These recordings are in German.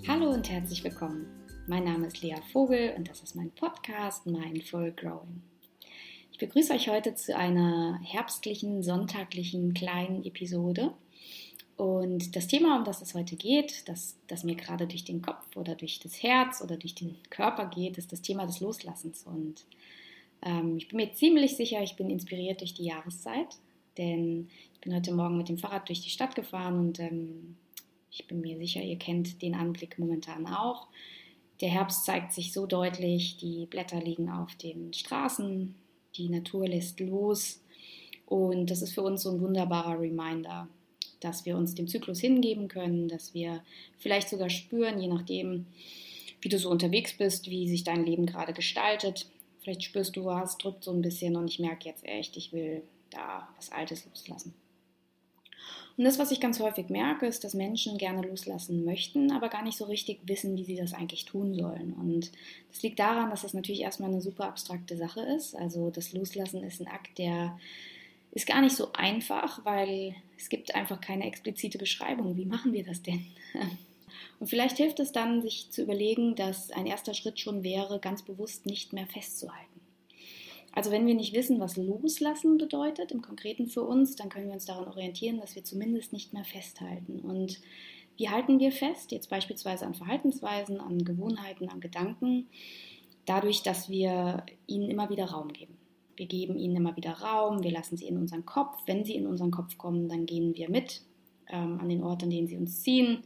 Hallo und herzlich willkommen. Mein Name ist Lea Vogel und das ist mein Podcast Mindful Growing. Ich begrüße euch heute zu einer herbstlichen, sonntaglichen kleinen Episode. Und das Thema, um das es heute geht, das mir gerade durch den Kopf oder durch das Herz oder durch den Körper geht, ist das Thema des Loslassens. Und ich bin mir ziemlich sicher, ich bin inspiriert durch die Jahreszeit, denn ich bin heute Morgen mit dem Fahrrad durch die Stadt gefahren und ich bin mir sicher, ihr kennt den Anblick momentan auch. Der Herbst zeigt sich so deutlich, die Blätter liegen auf den Straßen, die Natur lässt los und das ist für uns so ein wunderbarer Reminder, dass wir uns dem Zyklus hingeben können, dass wir vielleicht sogar spüren, je nachdem, wie du so unterwegs bist, wie sich dein Leben gerade gestaltet. Vielleicht spürst du, es drückt so ein bisschen und ich merke jetzt echt, ich will da was Altes loslassen. Und das, was ich ganz häufig merke, ist, dass Menschen gerne loslassen möchten, aber gar nicht so richtig wissen, wie sie das eigentlich tun sollen. Und das liegt daran, dass das natürlich erstmal eine super abstrakte Sache ist. Also das Loslassen ist ein Akt, der ist gar nicht so einfach, weil es gibt einfach keine explizite Beschreibung. Wie machen wir das denn? Und vielleicht hilft es dann, sich zu überlegen, dass ein erster Schritt schon wäre, ganz bewusst nicht mehr festzuhalten. Also wenn wir nicht wissen, was Loslassen bedeutet, im Konkreten für uns, dann können wir uns daran orientieren, dass wir zumindest nicht mehr festhalten. Und wie halten wir fest? Jetzt beispielsweise an Verhaltensweisen, an Gewohnheiten, an Gedanken, dadurch, dass wir ihnen immer wieder Raum geben. Wir geben ihnen immer wieder Raum, wir lassen sie in unseren Kopf. Wenn sie in unseren Kopf kommen, dann gehen wir mit an den Ort, an den sie uns ziehen.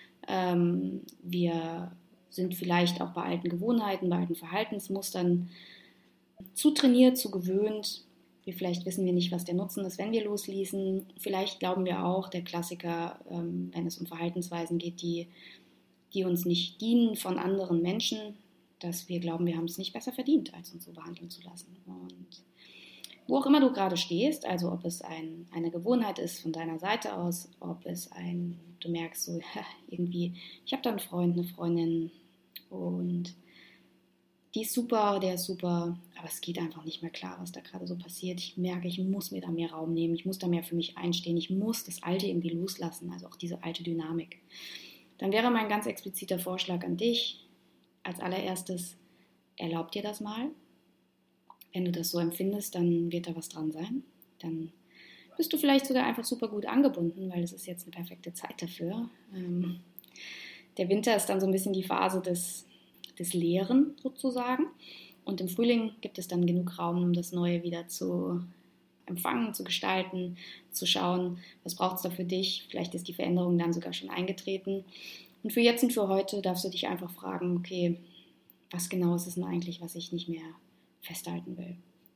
Wir sind vielleicht auch bei alten Gewohnheiten, bei alten Verhaltensmustern zu trainiert, zu gewöhnt. Vielleicht wissen wir nicht, was der Nutzen ist, wenn wir losließen. Vielleicht glauben wir auch, der Klassiker, wenn es um Verhaltensweisen geht, die uns nicht dienen von anderen Menschen, dass wir glauben, wir haben es nicht besser verdient, als uns so behandeln zu lassen. Und wo auch immer du gerade stehst, also ob es eine Gewohnheit ist von deiner Seite aus, ob es du merkst so, irgendwie, ich habe da einen Freund, eine Freundin und die ist super, der ist super, aber es geht einfach nicht mehr klar, was da gerade so passiert. Ich merke, ich muss mir da mehr Raum nehmen, ich muss da mehr für mich einstehen, ich muss das Alte irgendwie loslassen, also auch diese alte Dynamik. Dann wäre mein ganz expliziter Vorschlag an dich, als allererstes, erlaub dir das mal. Wenn du das so empfindest, dann wird da was dran sein. Dann bist du vielleicht sogar einfach super gut angebunden, weil es ist jetzt eine perfekte Zeit dafür. Der Winter ist dann so ein bisschen die Phase des Leeren sozusagen. Und im Frühling gibt es dann genug Raum, um das Neue wieder zu empfangen, zu gestalten, zu schauen, was braucht es da für dich. Vielleicht ist die Veränderung dann sogar schon eingetreten. Und für jetzt und für heute darfst du dich einfach fragen, okay, was genau ist es denn eigentlich, was ich nicht mehr festhalten will.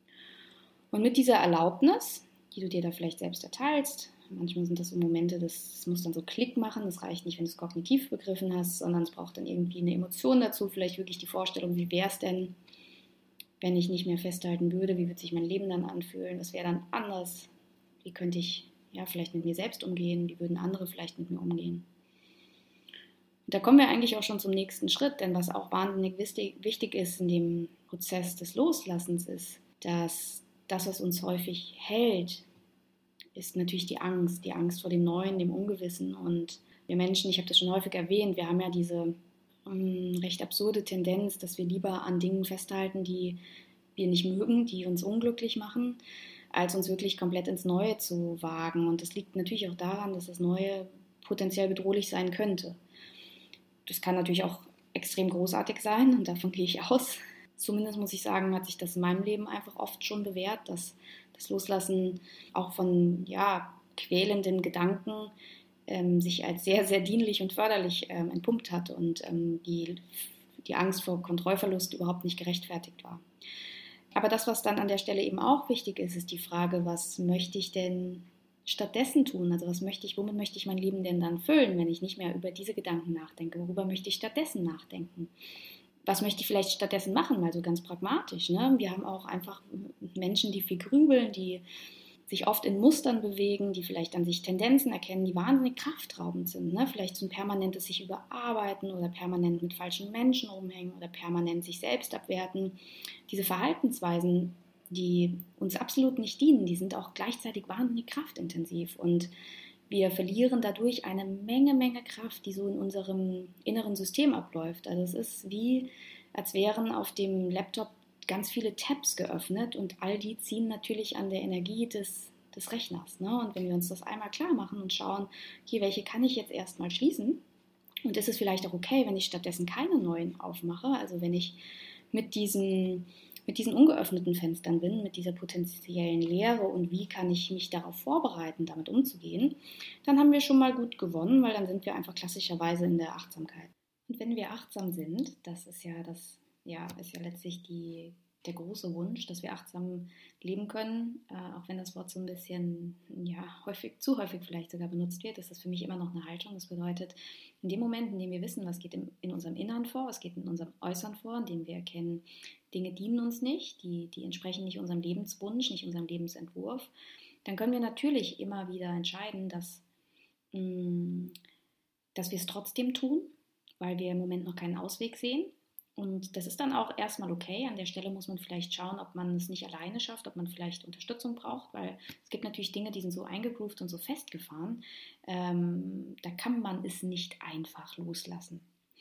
Und mit dieser Erlaubnis, die du dir da vielleicht selbst erteilst, manchmal sind das so Momente, das muss dann so Klick machen, das reicht nicht, wenn du es kognitiv begriffen hast, sondern es braucht dann irgendwie eine Emotion dazu, vielleicht wirklich die Vorstellung, wie wäre es denn, wenn ich nicht mehr festhalten würde, wie würde sich mein Leben dann anfühlen, was wäre dann anders, wie könnte ich vielleicht mit mir selbst umgehen, wie würden andere vielleicht mit mir umgehen. Und da kommen wir eigentlich auch schon zum nächsten Schritt, denn was auch wahnsinnig wichtig ist in dem Prozess des Loslassens ist, dass das, was uns häufig hält, ist natürlich die Angst vor dem Neuen, dem Ungewissen. Und wir Menschen, ich habe das schon häufig erwähnt, wir haben ja diese recht absurde Tendenz, dass wir lieber an Dingen festhalten, die wir nicht mögen, die uns unglücklich machen, als uns wirklich komplett ins Neue zu wagen. Und das liegt natürlich auch daran, dass das Neue potenziell bedrohlich sein könnte. Das kann natürlich auch extrem großartig sein und davon gehe ich aus. Zumindest muss ich sagen, hat sich das in meinem Leben einfach oft schon bewährt, dass das Loslassen auch von quälenden Gedanken sich als sehr, sehr dienlich und förderlich entpuppt hat und die Angst vor Kontrollverlust überhaupt nicht gerechtfertigt war. Aber das, was dann an der Stelle eben auch wichtig ist, ist die Frage, was möchte ich denn stattdessen tun? Also womit möchte ich mein Leben denn dann füllen, wenn ich nicht mehr über diese Gedanken nachdenke? Worüber möchte ich stattdessen nachdenken? Was möchte ich vielleicht stattdessen machen? Mal so ganz pragmatisch. Ne? Wir haben auch einfach Menschen, die viel grübeln, die sich oft in Mustern bewegen, die vielleicht an sich Tendenzen erkennen, die wahnsinnig kraftraubend sind. Ne? Vielleicht so ein permanentes sich überarbeiten oder permanent mit falschen Menschen rumhängen oder permanent sich selbst abwerten. Diese Verhaltensweisen, die uns absolut nicht dienen, die sind auch gleichzeitig wahnsinnig kraftintensiv. Und Wir verlieren dadurch eine Menge Kraft, die so in unserem inneren System abläuft. Also es ist wie, als wären auf dem Laptop ganz viele Tabs geöffnet und all die ziehen natürlich an der Energie des Rechners. Ne? Und wenn wir uns das einmal klar machen und schauen, okay, welche kann ich jetzt erstmal schließen? Und ist es vielleicht auch okay, wenn ich stattdessen keine neuen aufmache? Also wenn ich mit diesen ungeöffneten Fenstern bin, mit dieser potenziellen Leere und wie kann ich mich darauf vorbereiten, damit umzugehen, dann haben wir schon mal gut gewonnen, weil dann sind wir einfach klassischerweise in der Achtsamkeit. Und wenn wir achtsam sind, das ist ja letztlich der große Wunsch, dass wir achtsam leben können, auch wenn das Wort so ein bisschen, zu häufig vielleicht sogar benutzt wird, ist das für mich immer noch eine Haltung. Das bedeutet, in dem Moment, in dem wir wissen, was geht in unserem Innern vor, was geht in unserem Äußern vor, in dem wir erkennen, Dinge dienen uns nicht, die entsprechen nicht unserem Lebenswunsch, nicht unserem Lebensentwurf, dann können wir natürlich immer wieder entscheiden, dass wir es trotzdem tun, weil wir im Moment noch keinen Ausweg sehen. Und das ist dann auch erstmal okay. An der Stelle muss man vielleicht schauen, ob man es nicht alleine schafft, ob man vielleicht Unterstützung braucht, weil es gibt natürlich Dinge, die sind so eingegroovt und so festgefahren. Da kann man es nicht einfach loslassen.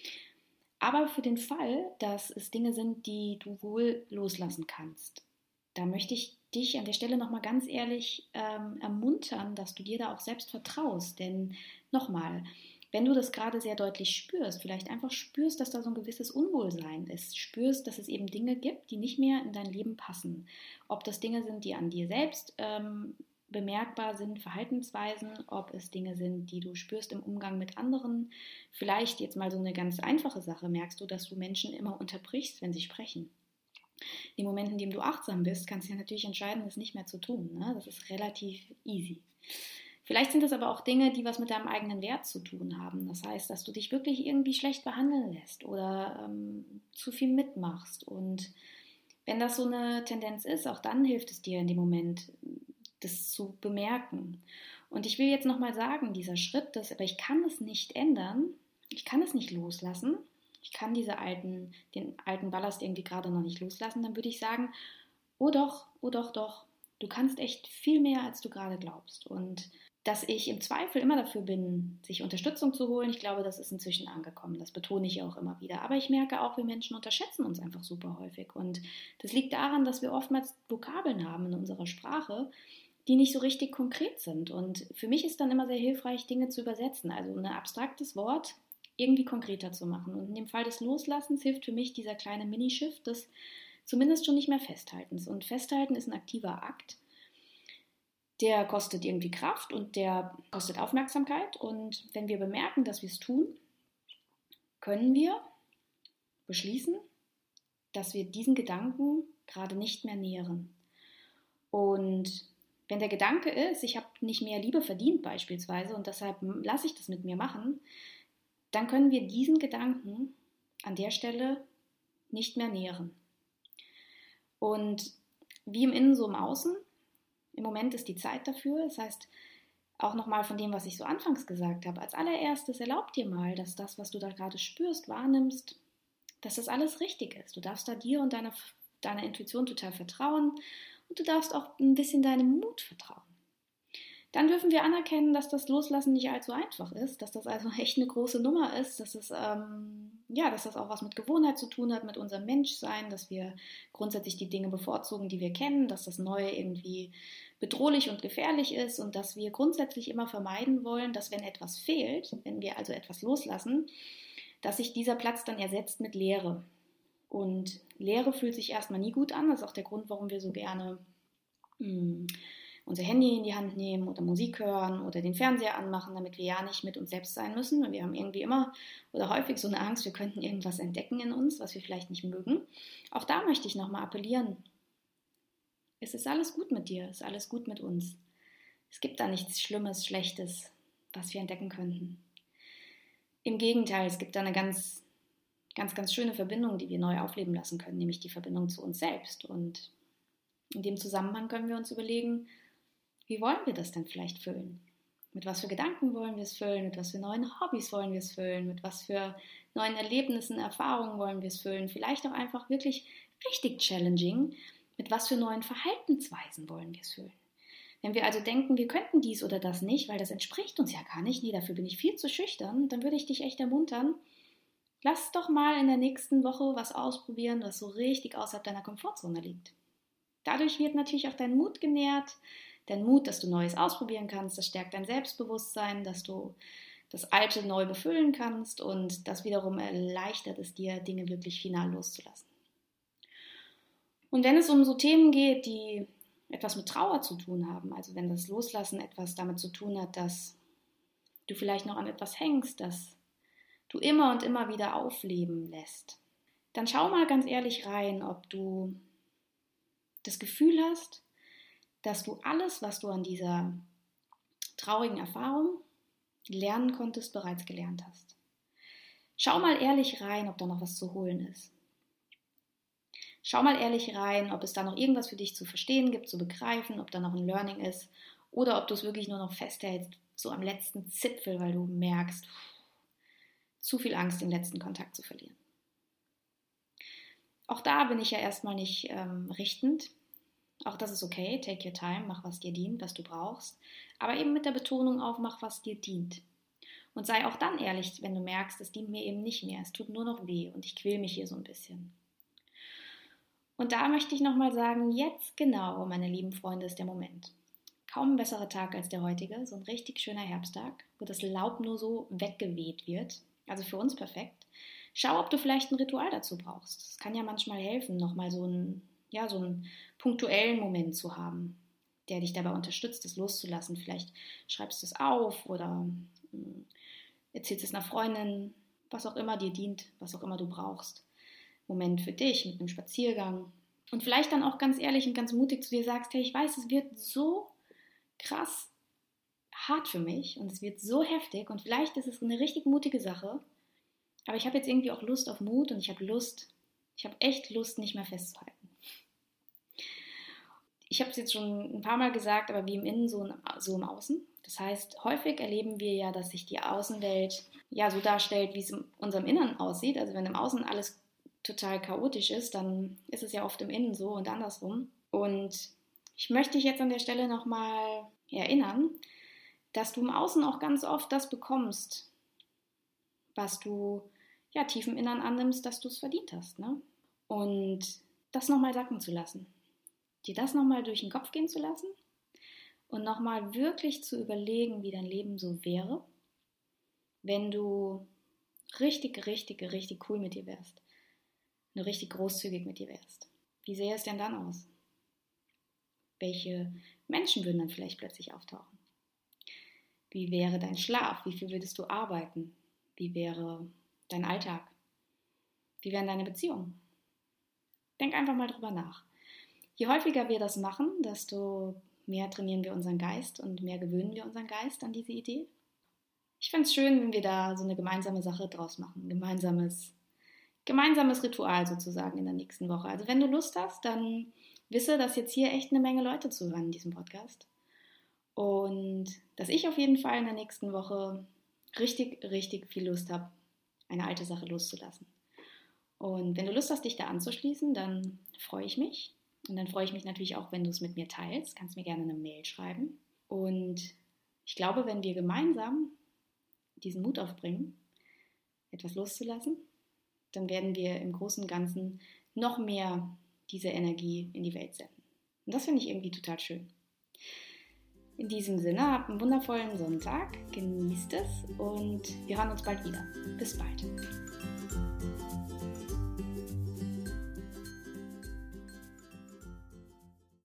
Aber für den Fall, dass es Dinge sind, die du wohl loslassen kannst, da möchte ich dich an der Stelle nochmal ganz ehrlich ermuntern, dass du dir da auch selbst vertraust. Denn nochmal, wenn du das gerade sehr deutlich spürst, vielleicht einfach spürst, dass da so ein gewisses Unwohlsein ist, spürst, dass es eben Dinge gibt, die nicht mehr in dein Leben passen. Ob das Dinge sind, die an dir selbst bemerkbar sind, Verhaltensweisen, ob es Dinge sind, die du spürst im Umgang mit anderen. Vielleicht jetzt mal so eine ganz einfache Sache, merkst du, dass du Menschen immer unterbrichst, wenn sie sprechen. In dem Moment, in dem du achtsam bist, kannst du ja natürlich entscheiden, das nicht mehr zu tun. Ne? Das ist relativ easy. Vielleicht sind es aber auch Dinge, die was mit deinem eigenen Wert zu tun haben. Das heißt, dass du dich wirklich irgendwie schlecht behandeln lässt oder zu viel mitmachst. Und wenn das so eine Tendenz ist, auch dann hilft es dir in dem Moment, das zu bemerken. Und ich will jetzt nochmal sagen, dieser Schritt, aber ich kann es nicht ändern, ich kann es nicht loslassen, ich kann den alten Ballast irgendwie gerade noch nicht loslassen, dann würde ich sagen, oh doch, du kannst echt viel mehr, als du gerade glaubst. Und dass ich im Zweifel immer dafür bin, sich Unterstützung zu holen, ich glaube, das ist inzwischen angekommen. Das betone ich auch immer wieder. Aber ich merke auch, wir Menschen unterschätzen uns einfach super häufig. Und das liegt daran, dass wir oftmals Vokabeln haben in unserer Sprache, die nicht so richtig konkret sind. Und für mich ist dann immer sehr hilfreich, Dinge zu übersetzen. Also ein abstraktes Wort irgendwie konkreter zu machen. Und in dem Fall des Loslassens hilft für mich dieser kleine Minishift des zumindest schon nicht mehr Festhaltens. Und Festhalten ist ein aktiver Akt. Der kostet irgendwie Kraft und der kostet Aufmerksamkeit. Und wenn wir bemerken, dass wir es tun, können wir beschließen, dass wir diesen Gedanken gerade nicht mehr nähren. Und wenn der Gedanke ist, ich habe nicht mehr Liebe verdient beispielsweise und deshalb lasse ich das mit mir machen, dann können wir diesen Gedanken an der Stelle nicht mehr nähren. Und wie im Innen so im Außen, im Moment ist die Zeit dafür. Das heißt, auch nochmal von dem, was ich so anfangs gesagt habe, als allererstes erlaub dir mal, dass das, was du da gerade spürst, wahrnimmst, dass das alles richtig ist. Du darfst da dir und deiner Intuition total vertrauen und du darfst auch ein bisschen deinem Mut vertrauen. Dann dürfen wir anerkennen, dass das Loslassen nicht allzu einfach ist, dass das also echt eine große Nummer ist, dass das auch was mit Gewohnheit zu tun hat, mit unserem Menschsein, dass wir grundsätzlich die Dinge bevorzugen, die wir kennen, dass das Neue irgendwie bedrohlich und gefährlich ist und dass wir grundsätzlich immer vermeiden wollen, dass wenn etwas fehlt, wenn wir also etwas loslassen, dass sich dieser Platz dann ersetzt mit Leere. Und Leere fühlt sich erstmal nie gut an, das ist auch der Grund, warum wir so gerne unser Handy in die Hand nehmen oder Musik hören oder den Fernseher anmachen, damit wir ja nicht mit uns selbst sein müssen. Und wir haben irgendwie immer oder häufig so eine Angst, wir könnten irgendwas entdecken in uns, was wir vielleicht nicht mögen. Auch da möchte ich nochmal appellieren. Es ist alles gut mit dir, es ist alles gut mit uns. Es gibt da nichts Schlimmes, Schlechtes, was wir entdecken könnten. Im Gegenteil, es gibt da eine ganz schöne Verbindung, die wir neu aufleben lassen können, nämlich die Verbindung zu uns selbst. Und in dem Zusammenhang können wir uns überlegen, wie wollen wir das denn vielleicht füllen? Mit was für Gedanken wollen wir es füllen? Mit was für neuen Hobbys wollen wir es füllen? Mit was für neuen Erlebnissen, Erfahrungen wollen wir es füllen? Vielleicht auch einfach wirklich richtig challenging. Mit was für neuen Verhaltensweisen wollen wir es füllen? Wenn wir also denken, wir könnten dies oder das nicht, weil das entspricht uns ja gar nicht, nee, dafür bin ich viel zu schüchtern, dann würde ich dich echt ermuntern, lass doch mal in der nächsten Woche was ausprobieren, was so richtig außerhalb deiner Komfortzone liegt. Dadurch wird natürlich auch dein Mut genährt, dein Mut, dass du Neues ausprobieren kannst, das stärkt dein Selbstbewusstsein, dass du das Alte neu befüllen kannst und das wiederum erleichtert es dir, Dinge wirklich final loszulassen. Und wenn es um so Themen geht, die etwas mit Trauer zu tun haben, also wenn das Loslassen etwas damit zu tun hat, dass du vielleicht noch an etwas hängst, das du immer und immer wieder aufleben lässt, dann schau mal ganz ehrlich rein, ob du das Gefühl hast, dass du alles, was du an dieser traurigen Erfahrung lernen konntest, bereits gelernt hast. Schau mal ehrlich rein, ob da noch was zu holen ist. Schau mal ehrlich rein, ob es da noch irgendwas für dich zu verstehen gibt, zu begreifen, ob da noch ein Learning ist oder ob du es wirklich nur noch festhältst, so am letzten Zipfel, weil du merkst, zu viel Angst, den letzten Kontakt zu verlieren. Auch da bin ich ja erstmal nicht richtend. Auch das ist okay, take your time, mach was dir dient, was du brauchst, aber eben mit der Betonung auf, mach was dir dient. Und sei auch dann ehrlich, wenn du merkst, es dient mir eben nicht mehr, es tut nur noch weh und ich quäl mich hier so ein bisschen. Und da möchte ich nochmal sagen, jetzt genau, meine lieben Freunde, ist der Moment. Kaum ein besserer Tag als der heutige, so ein richtig schöner Herbsttag, wo das Laub nur so weggeweht wird, also für uns perfekt. Schau, ob du vielleicht ein Ritual dazu brauchst. Es kann ja manchmal helfen, nochmal so einen punktuellen Moment zu haben, der dich dabei unterstützt, es loszulassen. Vielleicht schreibst du es auf oder erzählst es einer Freundin, was auch immer dir dient, was auch immer du brauchst. Moment für dich mit einem Spaziergang und vielleicht dann auch ganz ehrlich und ganz mutig zu dir sagst, hey, ich weiß, es wird so krass hart für mich und es wird so heftig und vielleicht ist es eine richtig mutige Sache, aber ich habe jetzt irgendwie auch Lust auf Mut und ich habe echt Lust, nicht mehr festzuhalten. Ich habe es jetzt schon ein paar Mal gesagt, aber wie im Innen, so im Außen. Das heißt, häufig erleben wir ja, dass sich die Außenwelt ja so darstellt, wie es in unserem Inneren aussieht. Also wenn im Außen alles total chaotisch ist, dann ist es ja oft im Innen so und andersrum. Und ich möchte dich jetzt an der Stelle nochmal erinnern, dass du im Außen auch ganz oft das bekommst, was du ja tief im Inneren annimmst, dass du es verdient hast. Ne? Und das nochmal sacken zu lassen. Dir das nochmal durch den Kopf gehen zu lassen und nochmal wirklich zu überlegen, wie dein Leben so wäre, wenn du richtig cool mit dir wärst. Wenn du richtig großzügig mit dir wärst. Wie sähe es denn dann aus? Welche Menschen würden dann vielleicht plötzlich auftauchen? Wie wäre dein Schlaf? Wie viel würdest du arbeiten? Wie wäre dein Alltag? Wie wären deine Beziehungen? Denk einfach mal drüber nach. Je häufiger wir das machen, desto mehr trainieren wir unseren Geist und mehr gewöhnen wir unseren Geist an diese Idee. Ich fände es schön, wenn wir da so eine gemeinsame Sache draus machen, gemeinsames Ritual sozusagen in der nächsten Woche. Also wenn du Lust hast, dann wisse, dass jetzt hier echt eine Menge Leute zuhören in diesem Podcast und dass ich auf jeden Fall in der nächsten Woche richtig viel Lust habe, eine alte Sache loszulassen. Und wenn du Lust hast, dich da anzuschließen, dann freue ich mich. Und dann freue ich mich natürlich auch, wenn du es mit mir teilst. Kannst mir gerne eine Mail schreiben. Und ich glaube, wenn wir gemeinsam diesen Mut aufbringen, etwas loszulassen, dann werden wir im Großen und Ganzen noch mehr diese Energie in die Welt senden. Und das finde ich irgendwie total schön. In diesem Sinne, habt einen wundervollen Sonntag, genießt es und wir hören uns bald wieder. Bis bald.